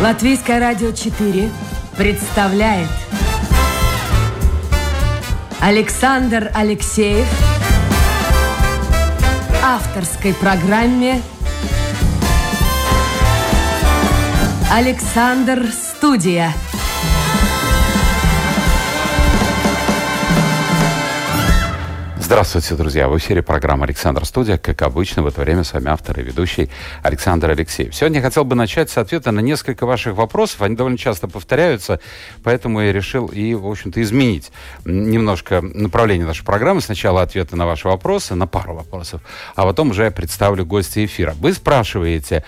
Латвийское радио 4 представляет Александр Алексеев в авторской программе «Александр Студия». Здравствуйте, друзья! В эфире программа «Александр Студия». Как обычно, в это время с вами автор и ведущий Александр Алексеев. Сегодня я хотел бы начать с ответа на несколько ваших вопросов. Они довольно часто повторяются, поэтому я решил в общем-то, изменить немножко направление нашей программы. Сначала ответы на ваши вопросы, на пару вопросов, а потом уже я представлю гостя эфира. Вы спрашиваете,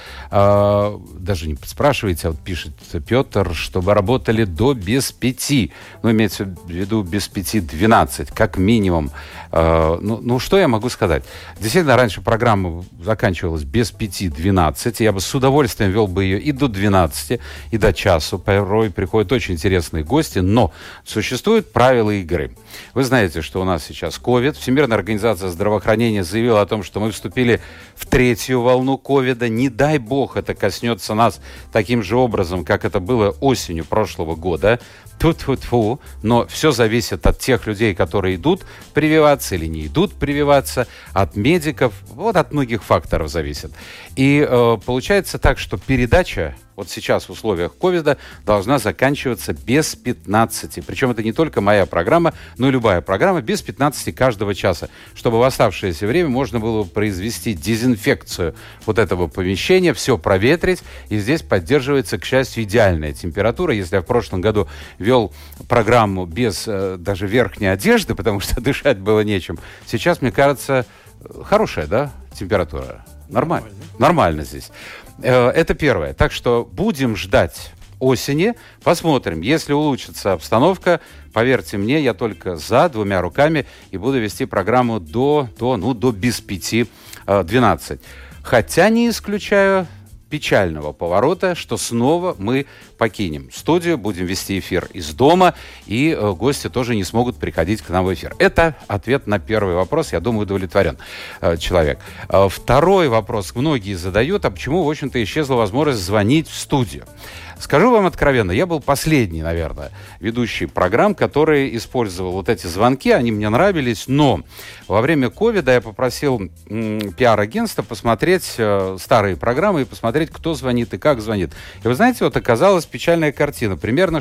даже не спрашиваете, а вот пишет Петр, чтобы работали до без 5. Имеется в виду без 5:12, как минимум. Что я могу сказать? Действительно, раньше программа заканчивалась без 5:12. Я бы с удовольствием вел бы ее и до 12, и до часу. Порой приходят очень интересные гости, но существуют правила игры. Вы знаете, что у нас сейчас ковид. Всемирная организация здравоохранения заявила о том, что мы вступили в 3-ю волну ковида. Не дай бог это коснется нас таким же образом, как это было осенью прошлого года. Тьфу-тьфу-тьфу. Но все зависит от тех людей, которые идут прививаться или не идут прививаться, от медиков, от многих факторов зависит. И получается так, что передача вот сейчас в условиях ковида должна заканчиваться без 15. Причем это не только моя программа, но и любая программа без 15 каждого часа, чтобы в оставшееся время можно было произвести дезинфекцию вот этого помещения, все проветрить, и здесь поддерживается, к счастью, идеальная температура. Если я в прошлом году вел программу без даже верхней одежды, потому что дышать было нечем, сейчас, мне кажется, хорошая, температура? Нормально здесь. Это первое. Так что будем ждать осени, посмотрим. Если улучшится обстановка, поверьте мне, я только за, 2 руками, и буду вести программу до без 5:12. Хотя не исключаю печального поворота, что снова мы покинем студию, будем вести эфир из дома, и гости тоже не смогут приходить к нам в эфир. Это ответ на первый вопрос, я думаю, удовлетворен человек. Второй вопрос многие задают, а почему, в общем-то, исчезла возможность звонить в студию? Скажу вам откровенно, я был последний, наверное, ведущий программ, который использовал вот эти звонки, они мне нравились, но во время ковида я попросил пиар-агентство посмотреть старые программы и посмотреть, кто звонит и как звонит. И вы знаете, оказалась печальная картина. Примерно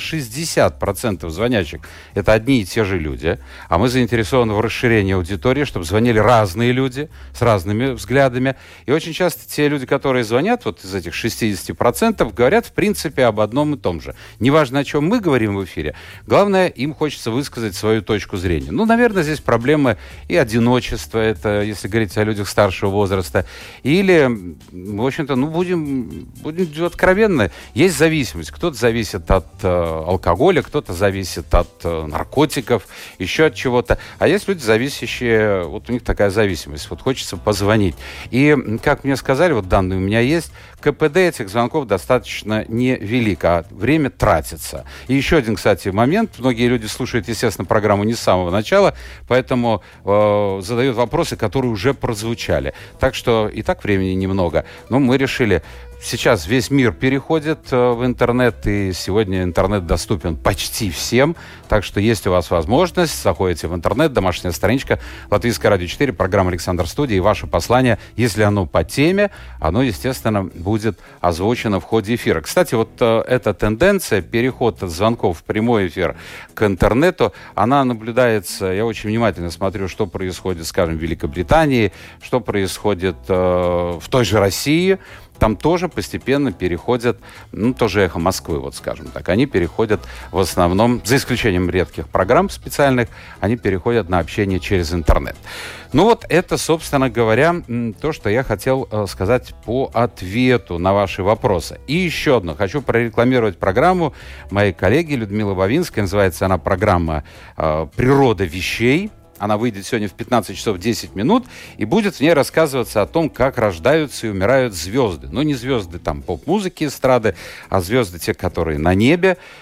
60% звонящих – это одни и те же люди, а мы заинтересованы в расширении аудитории, чтобы звонили разные люди с разными взглядами. И очень часто те люди, которые звонят, из этих 60%, говорят, в принципе, об одном и том же. Неважно, о чем мы говорим в эфире, главное, им хочется высказать свою точку зрения. Наверное, здесь проблема и одиночества, это если говорить о людях старшего возраста, или, в общем-то, будем откровенны, есть зависимость. Кто-то зависит от алкоголя, кто-то зависит от наркотиков, еще от чего-то. А есть люди, зависящие, у них такая зависимость, хочется позвонить. И, как мне сказали, данные у меня есть, КПД этих звонков достаточно невелик, а время тратится. И еще один, кстати, момент. Многие люди слушают, естественно, программу не с самого начала, поэтому задают вопросы, которые уже прозвучали. Так что и так времени немного. Но мы решили... Сейчас весь мир переходит в интернет, и сегодня интернет доступен почти всем. Так что есть у вас возможность, заходите в интернет, домашняя страничка, Латвийское радио 4, программа «Александр Студия», и ваше послание, если оно по теме, оно, естественно, будет озвучено в ходе эфира. Кстати, эта тенденция, переход от звонков в прямой эфир к интернету, она наблюдается, я очень внимательно смотрю, что происходит, скажем, в Великобритании, что происходит в той же России. Там тоже постепенно переходят, тоже «Эхо Москвы», скажем так, они переходят в основном, за исключением редких программ специальных, они переходят на общение через интернет. Это, собственно говоря, то, что я хотел сказать по ответу на ваши вопросы. И еще одно. Хочу прорекламировать программу моей коллеги Людмилы Бавинской. Называется она программа «Природа вещей». Она выйдет сегодня в 15 часов 10 минут, и будет в ней рассказываться о том, как рождаются и умирают звезды. Не звезды поп-музыки, эстрады, а звезды те, которые на небе.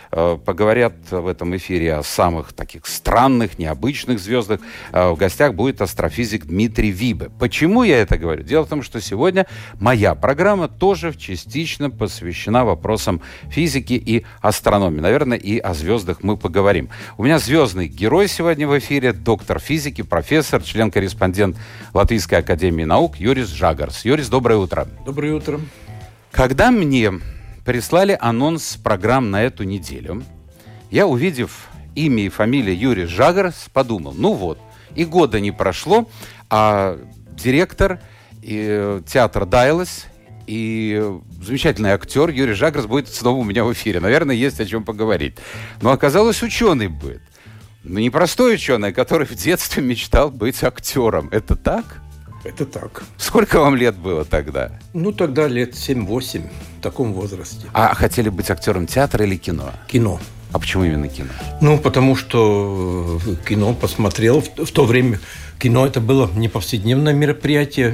поговорят в этом эфире о самых таких странных, необычных звездах. В гостях будет астрофизик Дмитрий Вибе. Почему я это говорю? Дело в том, что сегодня моя программа тоже частично посвящена вопросам физики и астрономии. Наверное, и о звездах мы поговорим. У меня звездный герой сегодня в эфире, доктор физики, профессор, член-корреспондент Латвийской академии наук Юрис Žagars. Юрис, доброе утро. Доброе утро. Когда мне прислали анонс программ на эту неделю, я, увидев имя и фамилию Юрис Žagars, подумал, ну вот, и года не прошло, а директор театра Дайлас и замечательный актер Юрис Žagars будет снова у меня в эфире. Наверное, есть о чем поговорить. Но оказалось, ученый будет. Но не простой ученый, который в детстве мечтал быть актером. Это так? Это так. Сколько вам лет было тогда? Ну, тогда лет 7-8, в таком возрасте. А хотели быть актером театра или кино? Кино. А почему именно кино? Ну, потому что кино посмотрел. В то время кино это было не повседневное мероприятие,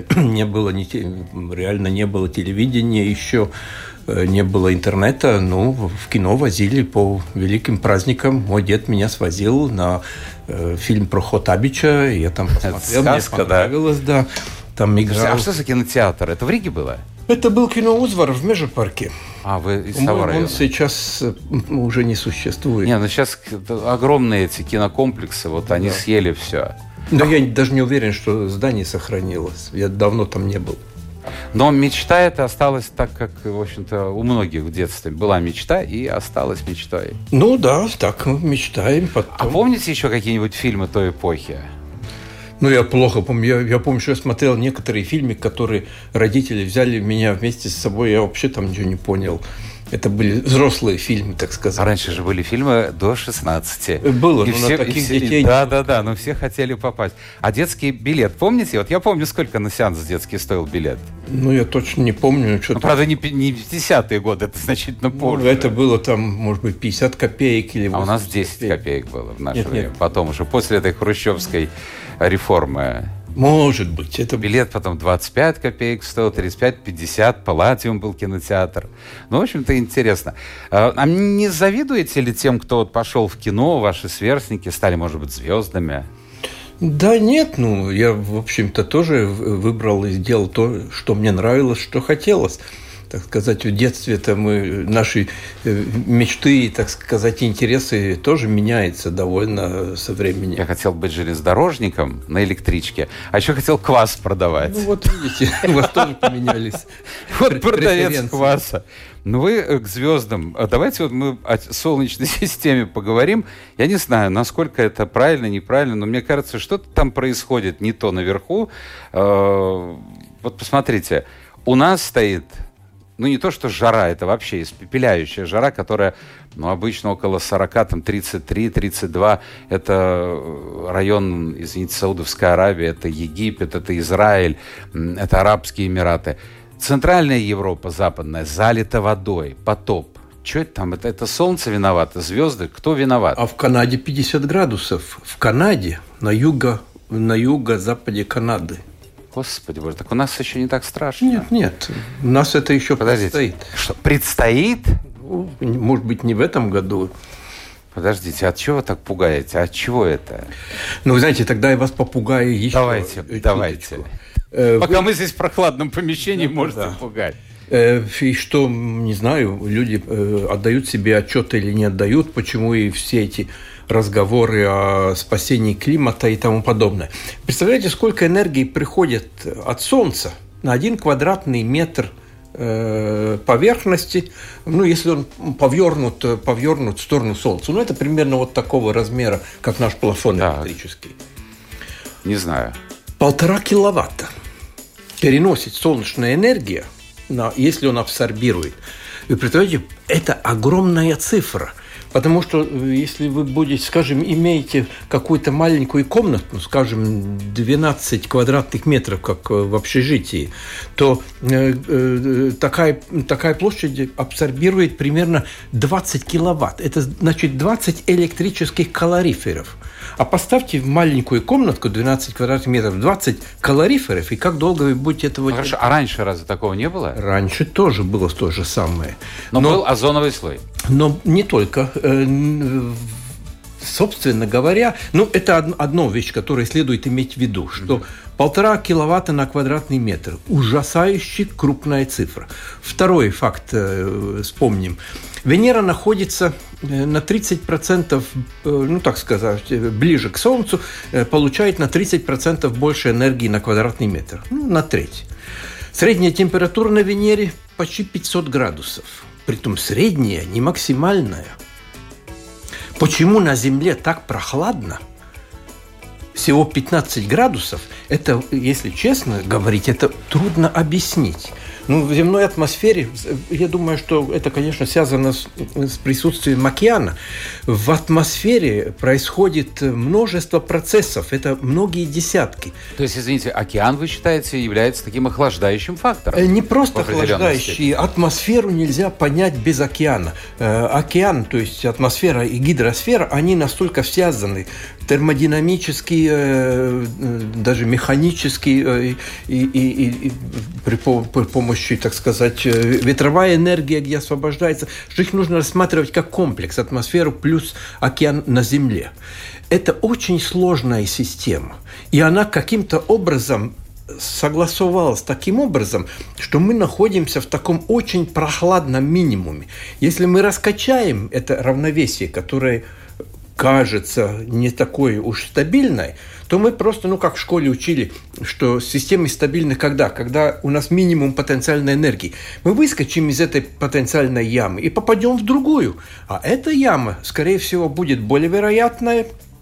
реально не было телевидения еще, не было интернета. Ну, в кино возили по великим праздникам. Мой дед меня свозил на фильм про Хотабича. Я там посмотрел, мне понравилось, да. Там играл. А что за кинотеатр? Это в Риге было? Это был кино «Узвар» в Межапарке. А, вы из того района? Он сейчас уже не существует. Не, ну сейчас огромные эти кинокомплексы, вот они съели все. Но я даже не уверен, что здание сохранилось. Я давно там не был. Но мечта эта осталась так, как, в общем-то, у многих в детстве была мечта и осталась мечтой. Ну да, так мы мечтаем. Потом. А помните еще какие-нибудь фильмы той эпохи? Ну, я плохо помню. Я помню, что я смотрел некоторые фильмы, которые родители взяли меня вместе с собой. Я вообще там ничего не понял. Это были взрослые фильмы, так сказать. А раньше же были фильмы до 16. Было, и но все, на таких детей... Да, но все хотели попасть. А детский билет, помните? Вот я помню, сколько на сеанс детский стоил билет. Ну, я точно не помню. Ну, правда, не 50-е годы, это значительно позже. Ну, это было там, может быть, 50 копеек или 80 А у нас 10 копеек было в наше время. Потом уже, после этой хрущевской реформы. Может быть. Это... Билет потом 25 копеек стоил, 35, 50. Палладиум был кинотеатр. Ну, в общем-то, интересно. А не завидуете ли тем, кто вот пошел в кино, ваши сверстники стали, может быть, звездами? Да нет, ну, я, в общем-то, тоже выбрал и сделал то, что мне нравилось, что хотелось. Так сказать, в детстве-то наши мечты, так сказать, интересы тоже меняются довольно со временем. Я хотел быть железнодорожником на электричке, а еще хотел квас продавать. Ну вот видите, у вас тоже поменялись. Вот продавец кваса. Ну вы к звездам. Давайте вот мы о Солнечной системе поговорим. Я не знаю, насколько это правильно, неправильно, но мне кажется, что-то там происходит не то наверху. Вот посмотрите, у нас стоит... Ну, не то, что жара, это вообще испепеляющая жара, которая, ну, обычно около 40, там, 33-32. Это район, извините, Саудовская Аравия, это Египет, это Израиль, это Арабские Эмираты. Центральная Европа, западная, залита водой, потоп. Что это там? Это солнце виновато, звезды? Кто виноват? А в Канаде 50 градусов. В Канаде, на юго-западе Канады. Господи боже, так у нас еще не так страшно. Нет, у нас это еще предстоит. Что, предстоит? Ну, может быть, не в этом году. Подождите, от чего так пугаете? От чего это? Ну, вы знаете, тогда я вас попугаю еще. Давайте. Пока мы здесь в прохладном помещении, можете пугать. И что, не знаю, люди отдают себе отчет или не отдают, почему и все эти разговоры о спасении климата и тому подобное. Представляете, сколько энергии приходит от Солнца на 1 квадратный метр поверхности, ну, если он повернут в сторону Солнца. Ну, это примерно вот такого размера, как наш плафон электрический. Не знаю. 1,5 киловатта переносит солнечная энергия, если он абсорбирует. Вы представляете, это огромная цифра. Потому что если вы будете, скажем, имеете какую-то маленькую комнату, скажем, 12 квадратных метров, как в общежитии, то такая площадь абсорбирует примерно 20 киловатт. Это значит 20 электрических калориферов. А поставьте в маленькую комнатку 12 квадратных метров 20 калориферов, и как долго вы будете этого делать? Хорошо, а раньше разве такого не было? Раньше тоже было то же самое. Но был озоновый слой. Но не только. Собственно говоря, это одна вещь, которую следует иметь в виду, что 1,5 киловатта на квадратный метр. Ужасающе крупная цифра. Второй факт вспомним. Венера находится на 30%, так сказать, ближе к Солнцу, получает на 30% больше энергии на квадратный метр. На треть. Средняя температура на Венере почти 500 градусов. Притом средняя, не максимальная. Почему на Земле так прохладно? Всего 15 градусов. Это, если честно говорить, это трудно объяснить. В земной атмосфере, я думаю, что это, конечно, связано с присутствием океана. В атмосфере происходит множество процессов, это многие десятки. То есть, извините, океан, вы считаете, является таким охлаждающим фактором? Не просто охлаждающий. Атмосферу нельзя понять без океана. Океан, то есть атмосфера и гидросфера, они настолько связаны термодинамически, даже механически и при помощи, так сказать, ветровая энергия, где освобождается, что их нужно рассматривать как комплекс, атмосферу плюс океан на Земле. Это очень сложная система, и она каким-то образом согласовалась таким образом, что мы находимся в таком очень прохладном минимуме. Если мы раскачаем это равновесие, которое кажется не такой уж стабильной, то мы просто, как в школе учили, что системы стабильны когда? Когда у нас минимум потенциальной энергии. Мы выскочим из этой потенциальной ямы и попадем в другую. А эта яма, скорее всего, будет более вероятностная,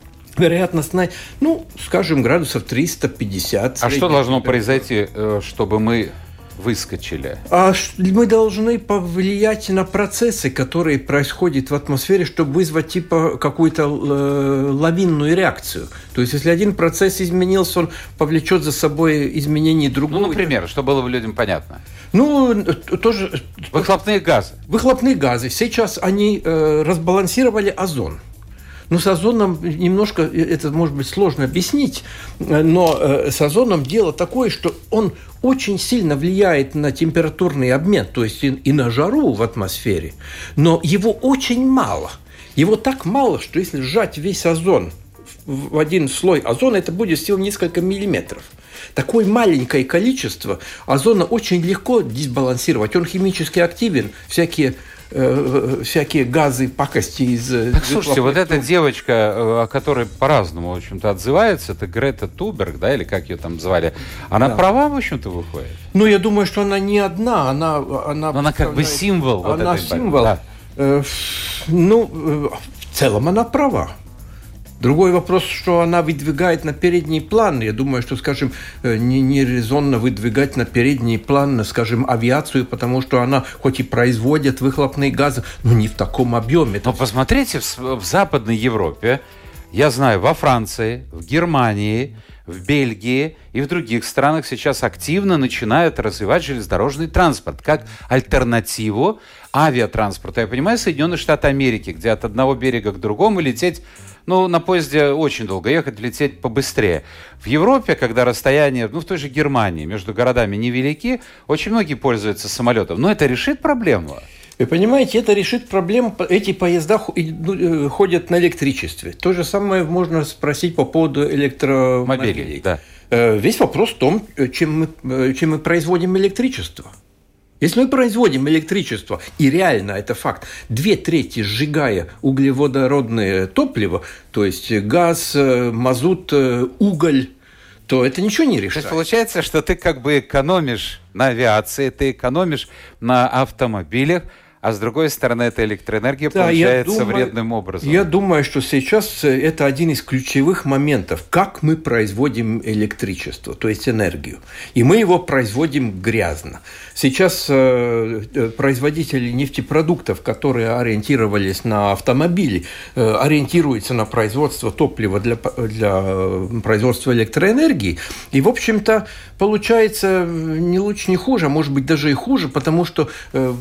скажем, градусов 350. А что должно произойти, чтобы мы выскочили? Мы должны повлиять на процессы, которые происходят в атмосфере, чтобы вызвать какую-то лавинную реакцию. То есть, если один процесс изменился, он повлечет за собой изменение другого. Например, что было бы людям понятно? Тоже... Выхлопные газы. Выхлопные газы. Сейчас они разбалансировали озон. С озоном немножко, это может быть сложно объяснить, но с озоном дело такое, что он очень сильно влияет на температурный обмен, то есть и на жару в атмосфере, но его очень мало. Его так мало, что если сжать весь озон в один слой озона, это будет всего несколько миллиметров. Такое маленькое количество озона очень легко дисбалансировать. Он химически активен, всякие газы, пакости из... Так, слушайте, вот эта девочка, о которой по-разному, в общем-то, отзывается, это Грета Тунберг, да, или как ее там звали, она права, в общем-то, выходит? Я думаю, что она не одна, она как бы символ. Она символ. Да. В целом она права. Другой вопрос, что она выдвигает на передний план. Я думаю, что, скажем, не резонно выдвигать на передний план, скажем, авиацию, потому что она хоть и производит выхлопные газы, но не в таком объеме. Но посмотрите, в Западной Европе, я знаю, во Франции, в Германии, в Бельгии и в других странах сейчас активно начинают развивать железнодорожный транспорт как альтернативу авиатранспорту. Я понимаю, Соединенные Штаты Америки, где от одного берега к другому лететь, на поезде очень долго ехать, лететь побыстрее. В Европе, когда расстояния, в той же Германии, между городами невелики, очень многие пользуются самолетом. Но это решит проблему? Вы понимаете, это решит проблему. Эти поезда ходят на электричестве. То же самое можно спросить по поводу электромобилей. Да. Весь вопрос в том, чем мы производим электричество. Если мы производим электричество, и реально это факт, 2/3 сжигая углеводородное топливо, то есть газ, мазут, уголь, то это ничего не решает. То есть получается, что ты как бы экономишь на авиации, ты экономишь на автомобилях, а с другой стороны, эта электроэнергия получается вредным образом. Я думаю, что сейчас это один из ключевых моментов, как мы производим электричество, то есть энергию. И мы его производим грязно. Сейчас производители нефтепродуктов, которые ориентировались на автомобили, ориентируются на производство топлива для производства электроэнергии. И, в общем-то, получается не лучше, не хуже, а может быть даже и хуже, потому что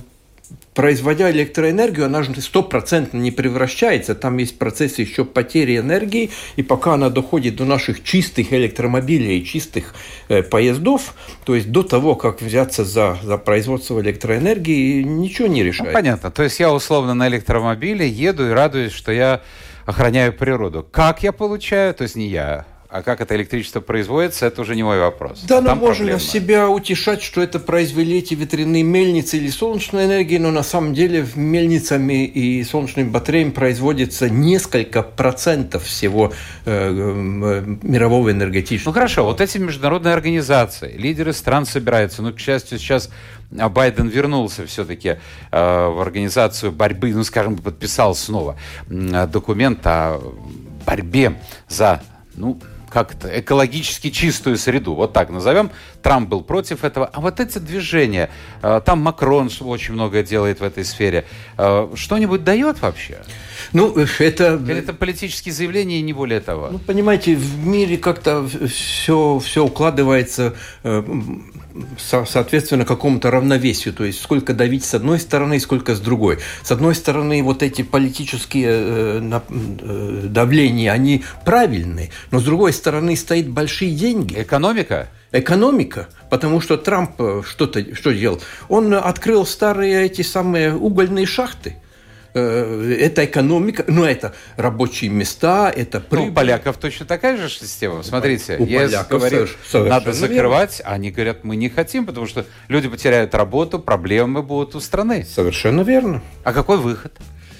производя электроэнергию, она же 100% не превращается. Там есть процесс еще потери энергии, и пока она доходит до наших чистых электромобилей, чистых поездов, то есть до того, как взяться за производство электроэнергии, ничего не решается. Ну, понятно. То есть я условно на электромобиле еду и радуюсь, что я охраняю природу. Как я получаю? То есть не я. А как это электричество производится, это уже не мой вопрос. Да, но можно себя утешать, что это произвели эти ветряные мельницы или солнечная энергия, но на самом деле мельницами и солнечными батареями производится несколько процентов всего мирового энергетического. Ну хорошо, вот эти международные организации, лидеры стран собираются. Ну, к счастью, сейчас Байден вернулся все-таки в организацию борьбы, ну, скажем, подписал снова документ о борьбе за, как это, экологически чистую среду, вот так назовем. Трамп был против этого. А вот эти движения, там Макрон очень многое делает в этой сфере, что-нибудь дает вообще? Или это политические заявления и не более того? Понимаете, в мире как-то все укладывается соответственно какому-то равновесию, то есть сколько давить с одной стороны, сколько с другой. С одной стороны, вот эти политические давления, они правильные, но с другой стороны стоят большие деньги. Экономика, потому что Трамп что делал? Он открыл старые эти самые угольные шахты. Это экономика, это рабочие места, это прибыль. У поляков точно такая же система. Смотрите, ЕС говорит, надо закрывать, а они говорят, мы не хотим, потому что люди потеряют работу, проблемы будут у страны. Совершенно верно. А какой выход?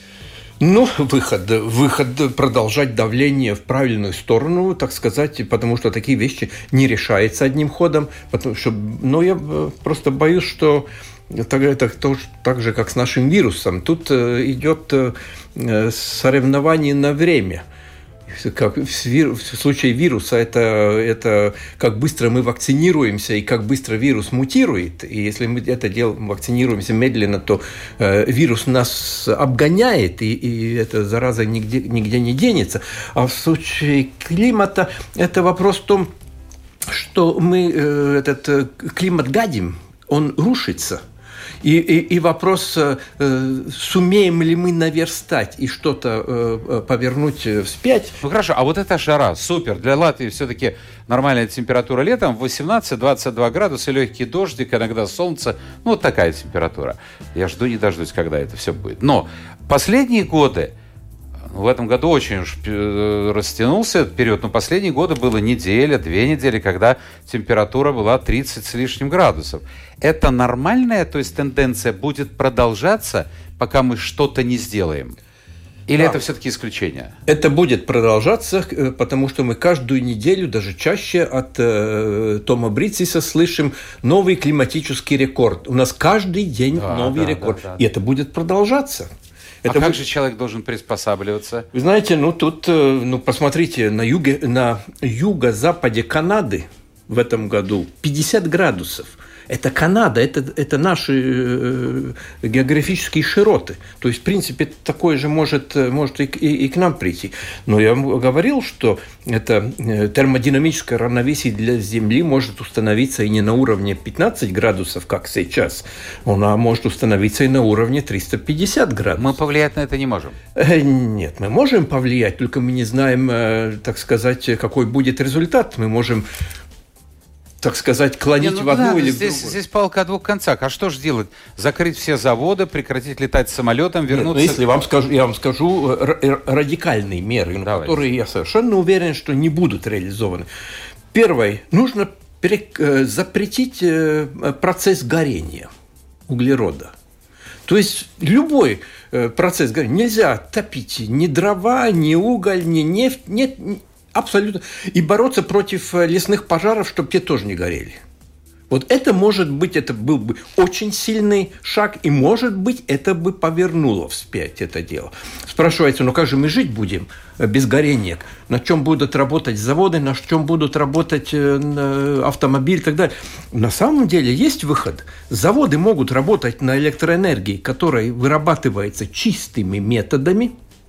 Выход продолжать давление в правильную сторону, так сказать, потому что такие вещи не решаются одним ходом. Я просто боюсь, что это так же, как с нашим вирусом. Тут идет соревнование на время. Как в случае вируса, это как быстро мы вакцинируемся и как быстро вирус мутирует. И если мы это делаем, вакцинируемся медленно, то вирус нас обгоняет, и эта зараза нигде не денется. А в случае климата это вопрос в том, что мы этот климат гадим, он рушится. И вопрос, сумеем ли мы наверстать и что-то повернуть вспять. Хорошо, а вот эта жара, супер. Для Латвии все-таки нормальная температура летом, 18-22 градуса, легкий дождик, иногда солнце. Вот такая температура. Я жду не дождусь, когда это все будет. Но последние годы, в этом году очень уж растянулся этот период, но последние годы было неделя, 2 недели, когда температура была 30 с лишним градусов. Это нормальная, то есть тенденция будет продолжаться, пока мы что-то не сделаем? Или это все-таки исключение? Это будет продолжаться, потому что мы каждую неделю, даже чаще от Тома Брицеса слышим новый климатический рекорд. У нас каждый день новый рекорд. И это будет продолжаться. Как же человек должен приспосабливаться? Вы знаете, тут, посмотрите, на юго-западе Канады в этом году 50 градусов. Это Канада, это наши географические широты. То есть, в принципе, такое же может и к нам прийти. Но я говорил, что это термодинамическое равновесие для Земли может установиться и не на уровне 15 градусов, как сейчас. Оно может установиться и на уровне 350 градусов. Мы повлиять на это не можем? Нет, мы можем повлиять, только мы не знаем, так сказать, какой будет результат. Мы можем, так сказать, клонить в одну или в другую. Здесь палка о двух концах. А что же делать? Закрыть все заводы, прекратить летать самолетом, вернуться... Если я вам скажу радикальные меры, которые я совершенно уверен, что не будут реализованы. Первое. Нужно запретить процесс горения углерода. То есть любой процесс горения. Нельзя топить ни дрова, ни уголь, ни нефть. Нет, абсолютно. И бороться против лесных пожаров, чтобы те тоже не горели. Вот это был бы очень сильный шаг, и, может быть, это бы повернуло вспять это дело. Спрашивается, как же мы жить будем без горения? На чем будут работать заводы, на чем будут работать автомобили и так далее? На самом деле есть выход. Заводы могут работать на электроэнергии, которая вырабатывается чистыми методами.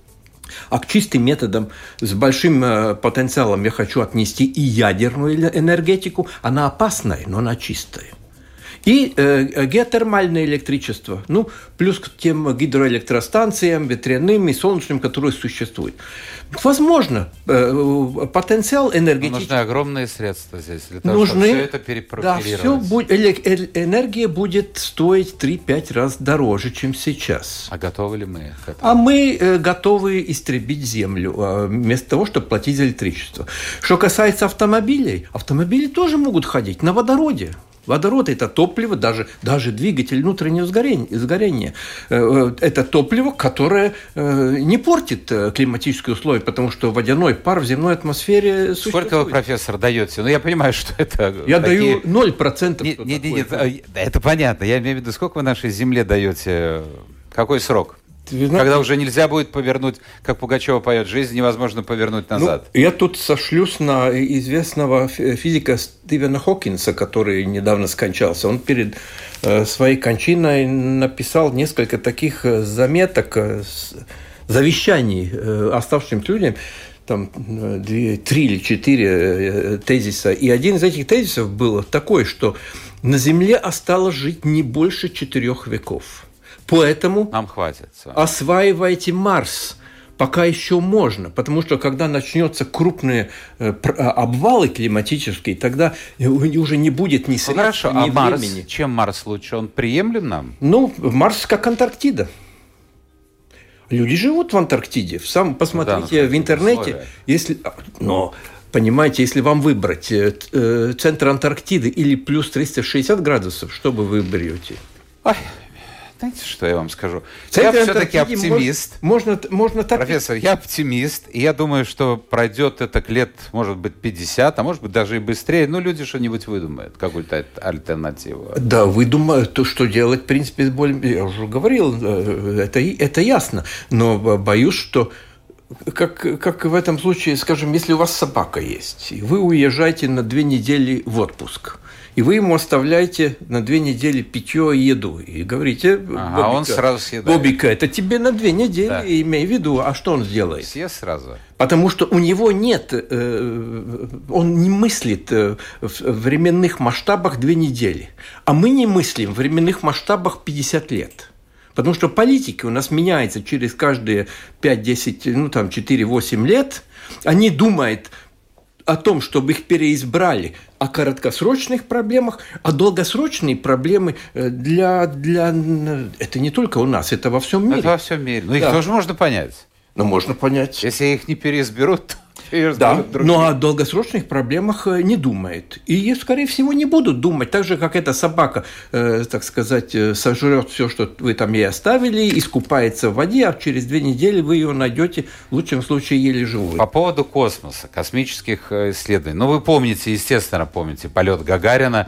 А к чистым методам с большим потенциалом я хочу отнести и ядерную энергетику. Она опасная, но она чистая. И геотермальное электричество, ну, плюс к тем гидроэлектростанциям, ветряным и солнечным, которые существуют. Возможно, потенциал энергетический... Но нужны огромные средства здесь для того, чтобы все это перепрофилировать. Да, энергия будет стоить 3-5 раз дороже, чем сейчас. А готовы ли мы к этому? А мы готовы истребить Землю, вместо того, чтобы платить за электричество. Что касается автомобилей, автомобили тоже могут ходить на водороде. Водород – это топливо, даже двигатель внутреннего сгорения. Это топливо, которое не портит климатические условия, потому что водяной пар в земной атмосфере существует. Сколько вы, профессор, даете? Ну, я понимаю, что это... Я даю 0%. Нет, это понятно. Я имею в виду, сколько вы нашей земле даете? Какой срок? Когда уже нельзя будет повернуть, как Пугачева поет, жизнь невозможно повернуть назад. Ну, я тут сошлюсь на известного физика Стивена Хокинса, который недавно скончался. Он перед своей кончиной написал несколько таких заметок, завещаний оставшимся людям, там 3 или 4 тезиса. И один из этих тезисов был такой, что на Земле осталось жить не больше 4 веков. Поэтому нам хватит. Осваивайте Марс, пока еще можно. Потому что, когда начнутся крупные обвалы климатические, тогда уже не будет ни средств, ни времени. Марс, чем Марс лучше? Он приемлем нам? Ну, Марс как Антарктида. Люди живут в Антарктиде. Посмотрите в интернете. Но, понимаете, если вам выбрать центр Антарктиды или плюс 360 градусов, что бы вы выберете? Знаете, что я вам скажу? Я все-таки оптимист. Можно так... Профессор, я оптимист, и я думаю, что пройдет это лет, может быть, 50, а может быть, даже и быстрее. Ну, люди что-нибудь выдумают, какую-то альтернативу. Да, выдумают то, что делать, в принципе, я уже говорил, это ясно. Но боюсь, что как в этом случае, скажем, если у вас собака есть, и вы уезжаете на 2 недели в отпуск, и вы ему оставляете на 2 недели питье и еду. И говорите, Бобика, он сразу съедает. Бобика, это тебе на 2 недели, да. Имей в виду, а что он сделает? Съест сразу. Потому что у него нет, он не мыслит в временных масштабах 2 недели. А мы не мыслим в временных масштабах 50 лет. Потому что политики у нас меняются через каждые 5-10, 4-8 лет. Они думают о том, чтобы их переизбрали, о краткосрочных проблемах, а долгосрочные проблемы это не только у нас, это во всем мире. Это во всем мире. Но их тоже можно понять. Можно понять. Если их не переизберут, то да, но о долгосрочных проблемах не думает. И, скорее всего, не будут думать. Так же, как эта собака, так сказать, сожрет все, что вы там ей оставили, искупается в воде, а через 2 недели вы ее найдете, в лучшем случае, еле живой. По поводу космоса, космических исследований. Ну, вы помните, естественно, полет Гагарина.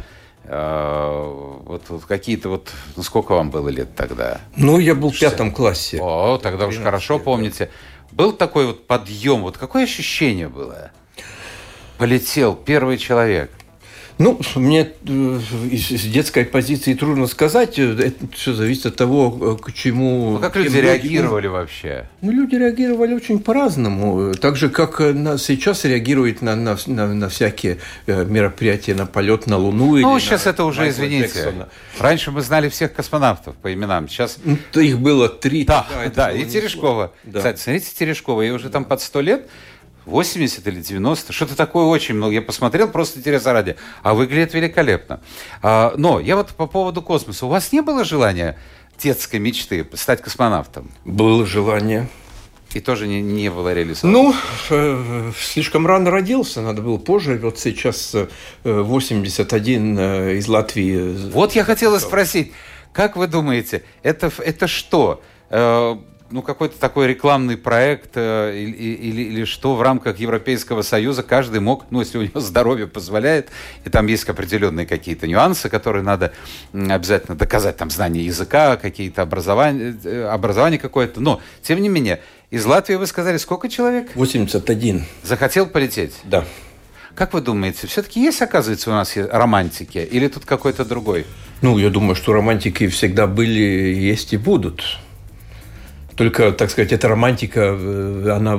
Вот какие-то сколько вам было лет тогда? Ну, я был в 5 классе. О, тогда уж хорошо помните. Был такой подъем, какое ощущение было? Полетел первый человек. Ну, мне с детской позиции трудно сказать. Это все зависит от того, к чему... Ну, как люди реагировали вообще? Ну, люди реагировали очень по-разному. Так же, как сейчас реагируют на всякие мероприятия, на полет на Луну. Ну, сейчас это уже, извините. Джексона. Раньше мы знали всех космонавтов по именам. Сейчас... Их было 3. Да, и Терешкова. Да. Кстати, смотрите, Терешкова, ей уже там под 100 лет. 80 или 90, что-то такое очень много. Я посмотрел, просто интереса ради. А выглядит великолепно. Но я по поводу космоса. У вас не было желания детской мечты стать космонавтом? Было желание. И тоже не было реализовано? Ну, слишком рано родился, надо было позже. Вот сейчас 81 из Латвии. Вот я хотел спросить, как вы думаете, это что? Какой-то такой рекламный проект или что в рамках Европейского Союза каждый мог, если у него здоровье позволяет, и там есть определенные какие-то нюансы, которые надо обязательно доказать, там знание языка, какие-то образование какое-то, но, тем не менее, из Латвии вы сказали, сколько человек? 81. Захотел полететь? Да. Как вы думаете, все-таки есть, оказывается, у нас романтики, или тут какой-то другой? Я думаю, что романтики всегда были, есть и будут. Только, так сказать, эта романтика, она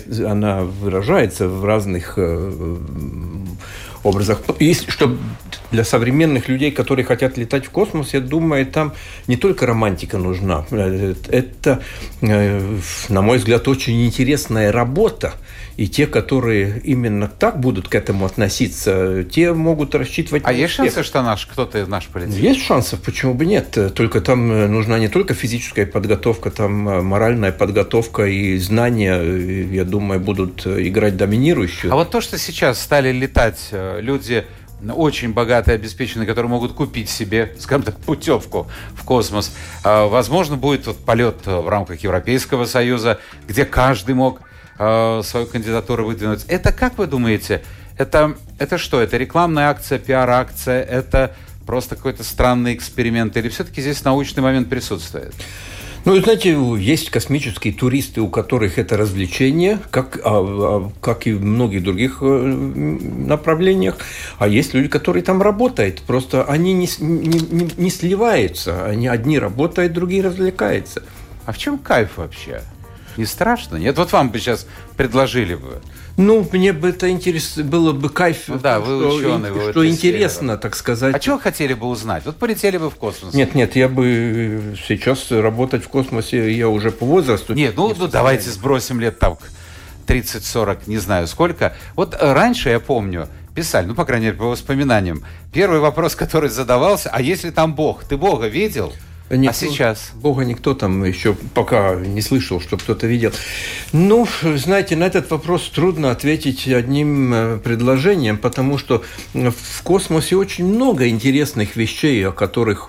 выражается в разных образах. Чтобы для современных людей, которые хотят летать в космос, я думаю, там не только романтика нужна. Это, на мой взгляд, очень интересная работа. И те, которые именно так будут к этому относиться, те могут рассчитывать... А есть шансы, что кто-то из наших полетит? Есть шансы, почему бы нет. Только там нужна не только физическая подготовка, там моральная подготовка и знания, я думаю, будут играть доминирующую. А вот то, что сейчас стали летать люди очень богатые, обеспеченные, которые могут купить себе, скажем так, путевку в космос, возможно, будет полет в рамках Европейского Союза, где каждый мог свою кандидатуру выдвинуть. Это, как вы думаете, это что? Это рекламная акция, пиар-акция? Это просто какой-то странный эксперимент? Или все-таки здесь научный момент присутствует? Ну, знаете, есть космические туристы, у которых это развлечение, как и в многих других направлениях. А есть люди, которые там работают. Просто они не сливаются. Они одни работают, другие развлекаются. А в чем кайф вообще? Не страшно? Нет? Вот вам бы сейчас предложили бы. Ну, мне бы это было бы кайф, ну, да, вы ученый, что интересно, так сказать. А чего хотели бы узнать? Вот полетели бы в космос. Нет, я бы сейчас работать в космосе, я уже по возрасту. Нет, давайте сбросим лет там 30-40, не знаю сколько. Вот раньше, я помню, писали, по крайней мере, по воспоминаниям, первый вопрос, который задавался, а если там Бог? Ты Бога видел? А сейчас? Бога никто там еще пока не слышал, что кто-то видел. Ну, знаете, на этот вопрос трудно ответить одним предложением, потому что в космосе очень много интересных вещей, над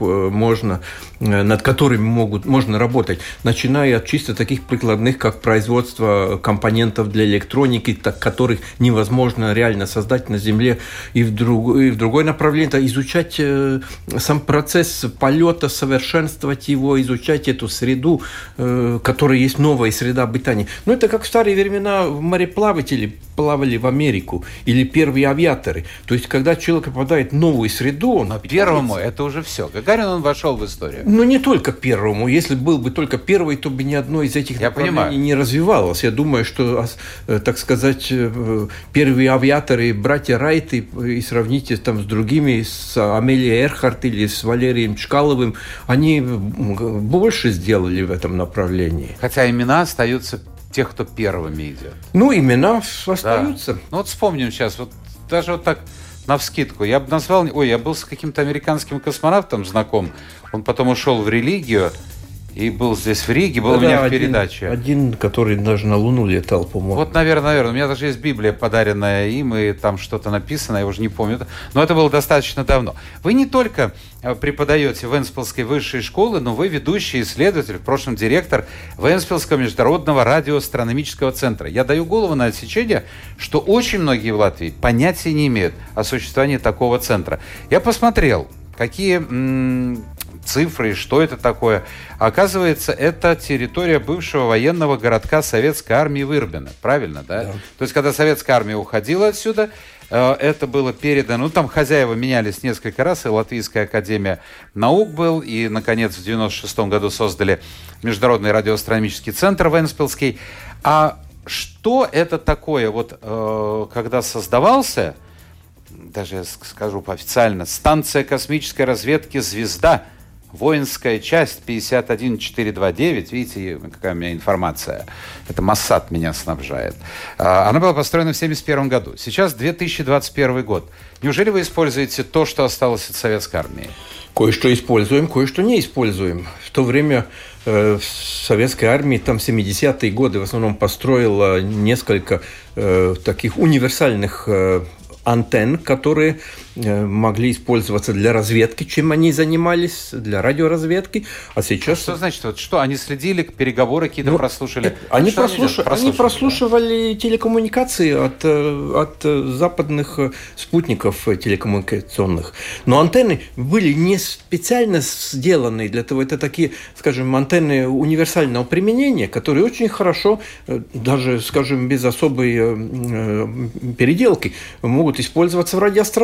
которыми можно работать, начиная от чисто таких прикладных, как производство компонентов для электроники, которых невозможно реально создать на Земле, и в другое направление – это изучать сам процесс полета, совершенствовать его, изучать эту среду, которая есть новая среда обитания. Ну, это как в старые времена мореплаватели плавали в Америку, или первые авиаторы. То есть, когда человек попадает в новую среду... Но первому это уже все. Гагарин, он вошел в историю. Ну, не только первому. Если был бы только первый, то бы ни одно из этих направлений не развивалось. Я думаю, что, так сказать, первые авиаторы, братья Райты, и сравните там с другими, с Амелией Эрхарт или с Валерием Чкаловым, они больше сделали в этом направлении. Хотя имена остаются тех, кто первыми идет. Ну, имена остаются. Да. Ну, вот вспомним сейчас, даже вот так навскидку. Я бы назвал... я был с каким-то американским космонавтом знаком. Он потом ушел в религию и был здесь в Риге, был у меня в передаче. Один, который даже на Луну летал, по-моему. Вот, наверное. У меня даже есть Библия, подаренная им, и там что-то написано, я уже не помню. Но это было достаточно давно. Вы не только преподаете в Вентспилской высшей школе, но вы ведущий исследователь, в прошлом директор Вентспилского международного радиоастрономического центра. Я даю голову на отсечение, что очень многие в Латвии понятия не имеют о существовании такого центра. Я посмотрел, какие цифры и что это такое. Оказывается, это территория бывшего военного городка Советской армии Вырбино. Правильно, да? Да. То есть, когда Советская армия уходила отсюда, это было передано. Там хозяева менялись несколько раз, и Латвийская академия наук был, и, наконец, в 1996 году создали Международный радиоастрономический центр Вентспилский. А что это такое? Когда создавался, даже я скажу официально, станция космической разведки «Звезда», воинская часть 51429, видите, какая у меня информация, это Моссад меня снабжает. Она была построена в 1971 году. Сейчас 2021 год. Неужели вы используете то, что осталось от советской армии? Кое-что используем, кое-что не используем. В то время в советской армии, там 70-е годы в основном построила несколько таких универсальных антенн, которые могли использоваться для разведки, чем они занимались, для радиоразведки. А сейчас... Что значит? Что, они следили, переговоры какие-то прослушали? Они прослушивали телекоммуникации от западных спутников телекоммуникационных. Но антенны были не специально сделаны для того. Это такие, скажем, антенны универсального применения, которые очень хорошо, даже, скажем, без особой переделки, могут использоваться в радиоастрономии.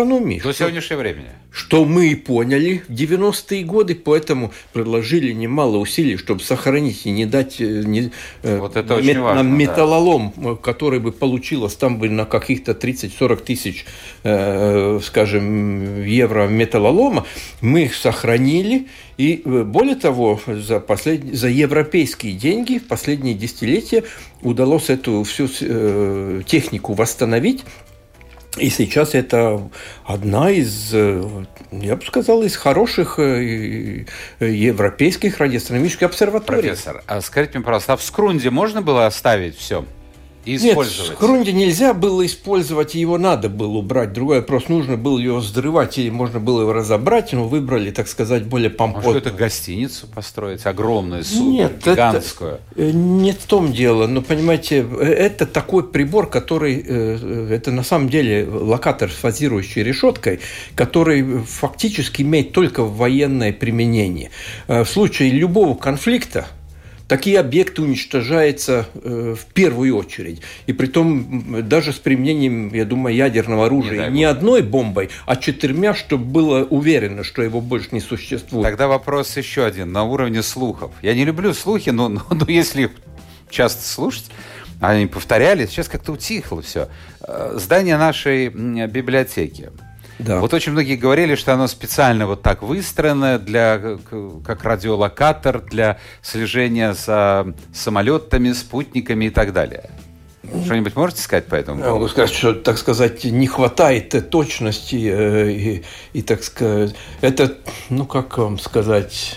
До сегодняшнего времени. Что мы и поняли в 90-е годы, поэтому приложили немало усилий, чтобы сохранить и не дать вот это очень важно, металлолом, да, который бы получилось там бы на каких-то 30-40 тысяч, скажем, евро металлолома. Мы их сохранили. И более того, за европейские деньги в последние десятилетия удалось эту всю технику восстановить. И сейчас это одна из, я бы сказал, из хороших европейских радиоастрономических обсерваторий. Профессор, а скажите мне, пожалуйста, а в Скрунде можно было оставить все и использовать? Нет, в Скрунде нельзя было использовать, его надо было убрать. Другой вопрос, нужно было его взрывать, или можно было его разобрать, но выбрали, так сказать, более помпозную. Может, это гостиницу построить, огромную, гигантскую? Нет, в том дело. Но, понимаете, это такой прибор, который, это на самом деле локатор с фазирующей решеткой, который фактически имеет только военное применение. В случае любого конфликта такие объекты уничтожаются в первую очередь. И притом даже с применением, я думаю, ядерного оружия не одной бомбой, а 4, чтобы было уверено, что его больше не существует. Тогда вопрос еще один, на уровне слухов. Я не люблю слухи, но если их часто слушать, они повторялись, сейчас как-то утихло все. Здание нашей библиотеки. Да. Вот очень многие говорили, что оно специально вот так выстроено как радиолокатор для слежения за самолетами, спутниками и так далее. Что-нибудь можете сказать по этому поводу? Я могу сказать, что, так сказать, не хватает точности и так сказать, это, как вам сказать...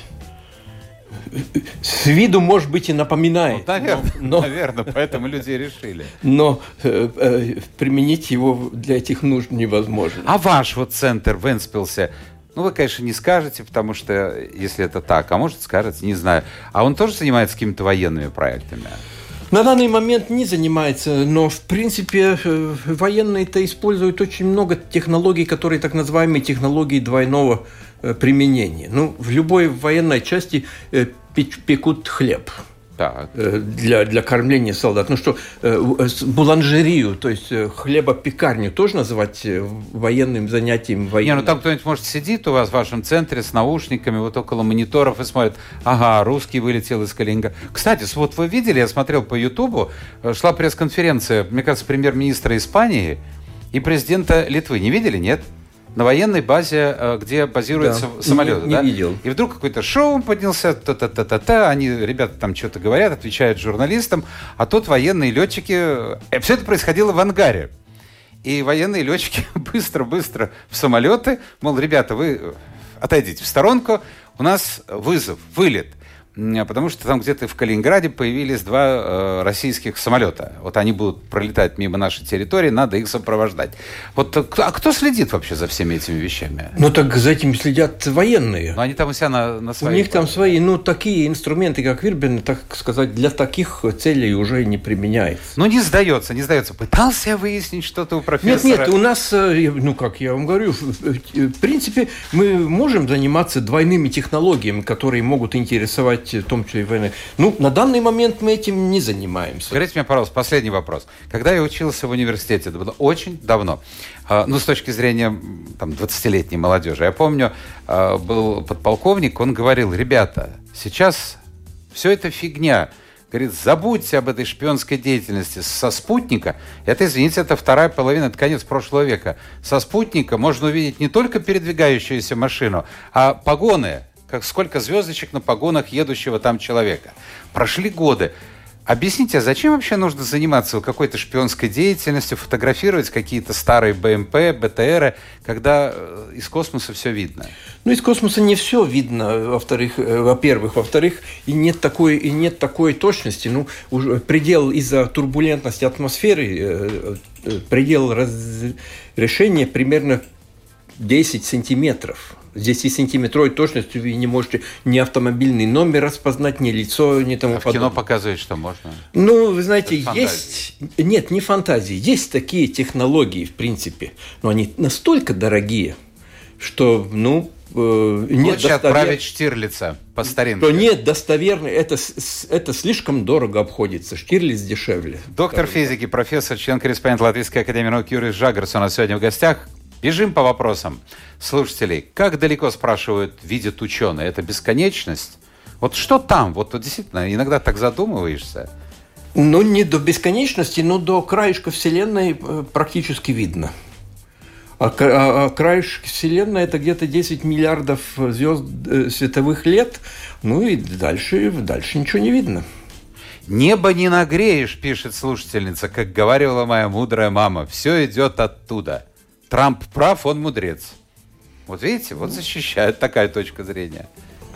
С виду, может быть, и напоминает. Наверное, поэтому люди и решили. Но применить его для этих нужд невозможно. А ваш вот центр в Вентспилсе, вы, конечно, не скажете, потому что, если это так, а может, скажете, не знаю. А он тоже занимается какими-то военными проектами? На данный момент не занимается, но, в принципе, военные-то используют очень много технологий, которые так называемые технологии двойного применения. В любой военной части пекут хлеб. Так. Для кормления солдат. Буланжерию, то есть хлебопекарню, тоже называть военным занятием? Там кто-нибудь, может, сидит у вас в вашем центре с наушниками, вот около мониторов и смотрит, ага, русский вылетел из Калининграда. Кстати, вот вы видели, я смотрел по Ютубу, шла пресс-конференция, мне кажется, премьер-министра Испании и президента Литвы. Не видели, нет? На военной базе, где базируются самолеты. Не видел. И вдруг какой-то шоу поднялся, ребята там что-то говорят, отвечают журналистам, а тут военные летчики... Все это происходило в ангаре. И военные летчики быстро-быстро в самолеты, мол, ребята, вы отойдите в сторонку, у нас вызов, вылет. Потому что там где-то в Калининграде появились 2 российских самолета. Вот они будут пролетать мимо нашей территории, надо их сопровождать. А кто следит вообще за всеми этими вещами? Так за этим следят военные. Но они там у себя на своих... У них там свои, такие инструменты, как Вирбин, так сказать, для таких целей уже не применяется. Не сдается. Пытался я выяснить что-то у профессора? Нет, у нас, как я вам говорю, в принципе, мы можем заниматься двойными технологиями, которые могут интересовать в том числе и войны. На данный момент мы этим не занимаемся. Скажите мне, пожалуйста, последний вопрос. Когда я учился в университете, это было очень давно, с точки зрения 20-летней молодежи, я помню, был подполковник, он говорил, ребята, сейчас все это фигня. Говорит, забудьте об этой шпионской деятельности со спутника. Это, извините, это вторая половина, это конец прошлого века. Со спутника можно увидеть не только передвигающуюся машину, а погоны. Сколько звездочек на погонах едущего там человека. Прошли годы. Объясните, а зачем вообще нужно заниматься какой-то шпионской деятельностью, фотографировать какие-то старые БМП, БТРы, когда из космоса все видно? Из космоса не все видно, во-первых. Во-вторых, и нет такой точности. Уже предел из-за турбулентности атмосферы, предел разрешения примерно 10 сантиметров. С 10-сантиметровой точностью вы не можете ни автомобильный номер распознать, ни лицо, ни тому подобное. В кино показывает, что можно? Вы знаете, есть... Нет, не фантазии. Есть такие технологии, в принципе. Но они настолько дорогие, что, нет отправить Штирлица по старинке. Что нет достоверно, это слишком дорого обходится. Штирлиц дешевле. Доктор физики, профессор, член-корреспондент Латвийской академии наук Юрий Жагрс у нас сегодня в гостях. Бежим по вопросам слушателей. Как далеко, спрашивают, видят ученые? Это бесконечность? Вот что там? Вот действительно, иногда так задумываешься. Ну, не до бесконечности, но до краешка Вселенной практически видно. А краешек Вселенной – это где-то 10 миллиардов звезд световых лет. Ну и дальше ничего не видно. «Небо не нагреешь», пишет слушательница, как говорила моя мудрая мама. «Все идет оттуда. Трамп прав, он мудрец». Вот видите, вот защищает такая точка зрения.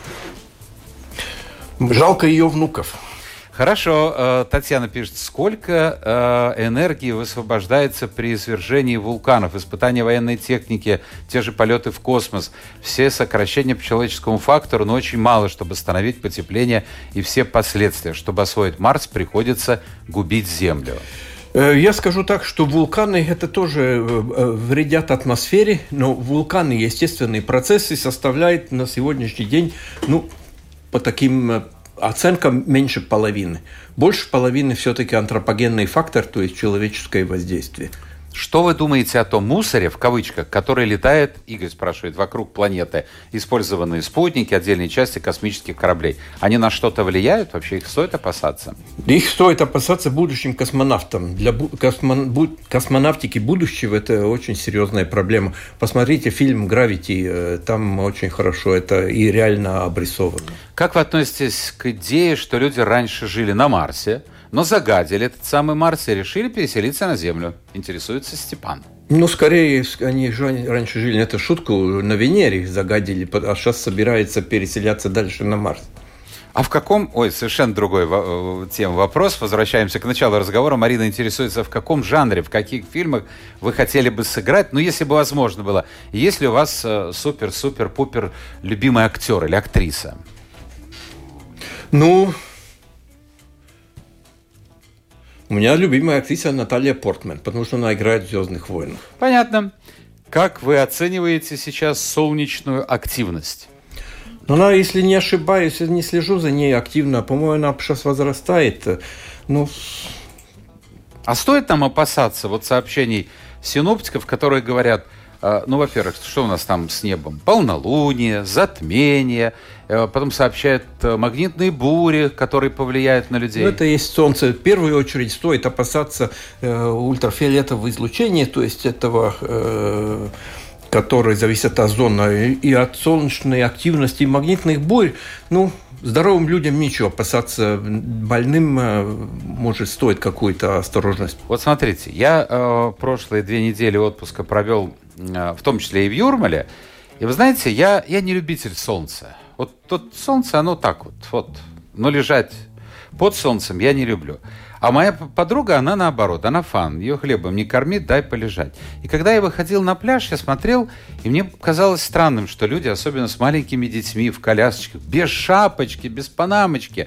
Жалко ее внуков. Хорошо, Татьяна пишет, сколько энергии высвобождается при извержении вулканов, испытания военной техники, те же полеты в космос, все сокращения по человеческому фактору, но очень мало, чтобы остановить потепление и все последствия. Чтобы освоить Марс, приходится губить Землю. Я скажу так, что вулканы это тоже вредят атмосфере, но вулканы, естественные процессы, составляют на сегодняшний день, по таким оценкам, меньше половины. Больше половины все-таки антропогенный фактор, то есть человеческое воздействие. Что вы думаете о том мусоре, в кавычках, который летает, Игорь спрашивает, вокруг планеты? Использованные спутники, отдельные части космических кораблей. Они на что-то влияют? Вообще их стоит опасаться? Их стоит опасаться будущим космонавтам. Для космонавтики будущего это очень серьезная проблема. Посмотрите фильм «Гравити», там очень хорошо это и реально обрисовано. Как вы относитесь к идее, что люди раньше жили на Марсе, но загадили этот самый Марс и решили переселиться на Землю? Интересуется Степан. Скорее, они раньше жили, это шутку, на Венере загадили, а сейчас собираются переселяться дальше на Марс. А в каком... совершенно другой тема вопрос. Возвращаемся к началу разговора. Марина интересуется, в каком жанре, в каких фильмах вы хотели бы сыграть, если бы возможно было. Есть ли у вас супер-супер-пупер любимый актер или актриса? У меня любимая актриса Наталья Портман, потому что она играет в «Звездных войнах». Понятно. Как вы оцениваете сейчас солнечную активность? Она, если не ошибаюсь, не слежу за ней активно, по-моему, она сейчас возрастает. А стоит нам опасаться сообщений синоптиков, которые говорят, во-первых, что у нас там с небом? Полнолуние, затмение, потом сообщают магнитные бури, которые повлияют на людей. Это есть солнце. В первую очередь стоит опасаться ультрафиолетового излучения, то есть этого, который зависит от озона, и от солнечной активности, и магнитных бурь. Здоровым людям нечего опасаться, больным, может, стоит какую-то осторожность. Вот смотрите, я прошлые 2 недели отпуска провел, в том числе и в Юрмале, и вы знаете, я не любитель солнца. Тут солнце, оно так но лежать под солнцем я не люблю. А моя подруга, она наоборот, она фан. Ее хлебом не корми, дай полежать. И когда я выходил на пляж, я смотрел, и мне казалось странным, что люди, особенно с маленькими детьми, в колясочках, без шапочки, без панамочки,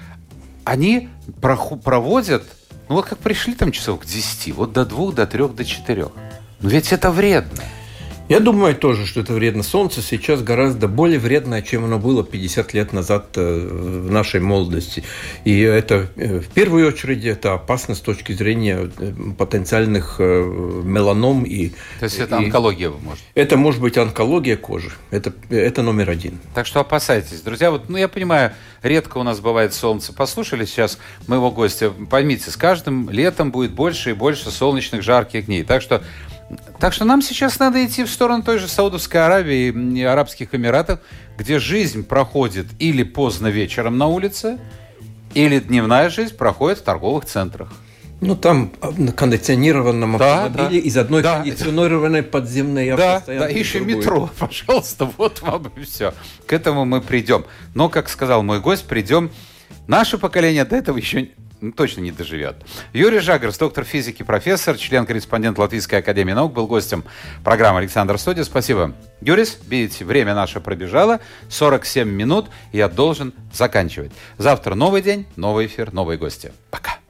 они проводят, как пришли там часов к 10, до 2, до 3, до 4. Но ведь это вредно. Я думаю тоже, что это вредно. Солнце сейчас гораздо более вредное, чем оно было 50 лет назад в нашей молодости. И это, в первую очередь, это опасно с точки зрения потенциальных меланом. То есть это онкология может? Это может быть онкология кожи. Это номер 1. Так что опасайтесь. Друзья, я понимаю, редко у нас бывает солнце. Послушали сейчас моего гостя. Поймите, с каждым летом будет больше и больше солнечных жарких дней. Так что нам сейчас надо идти в сторону той же Саудовской Аравии и Арабских Эмиратов, где жизнь проходит или поздно вечером на улице, или дневная жизнь проходит в торговых центрах. Там на кондиционированном автомобиле из одной кондиционированной подземной автостоянки. Да, еще метро, пожалуйста, вам и все. К этому мы придем. Но, как сказал мой гость, придем. Наше поколение до этого еще точно не доживет. Юрий Жагарс, доктор физики, профессор, член-корреспондент Латвийской академии наук, был гостем программы «Александр Студия». Спасибо. Юрис, видите, время наше пробежало, 47 минут, и я должен заканчивать. Завтра новый день, новый эфир, новые гости. Пока.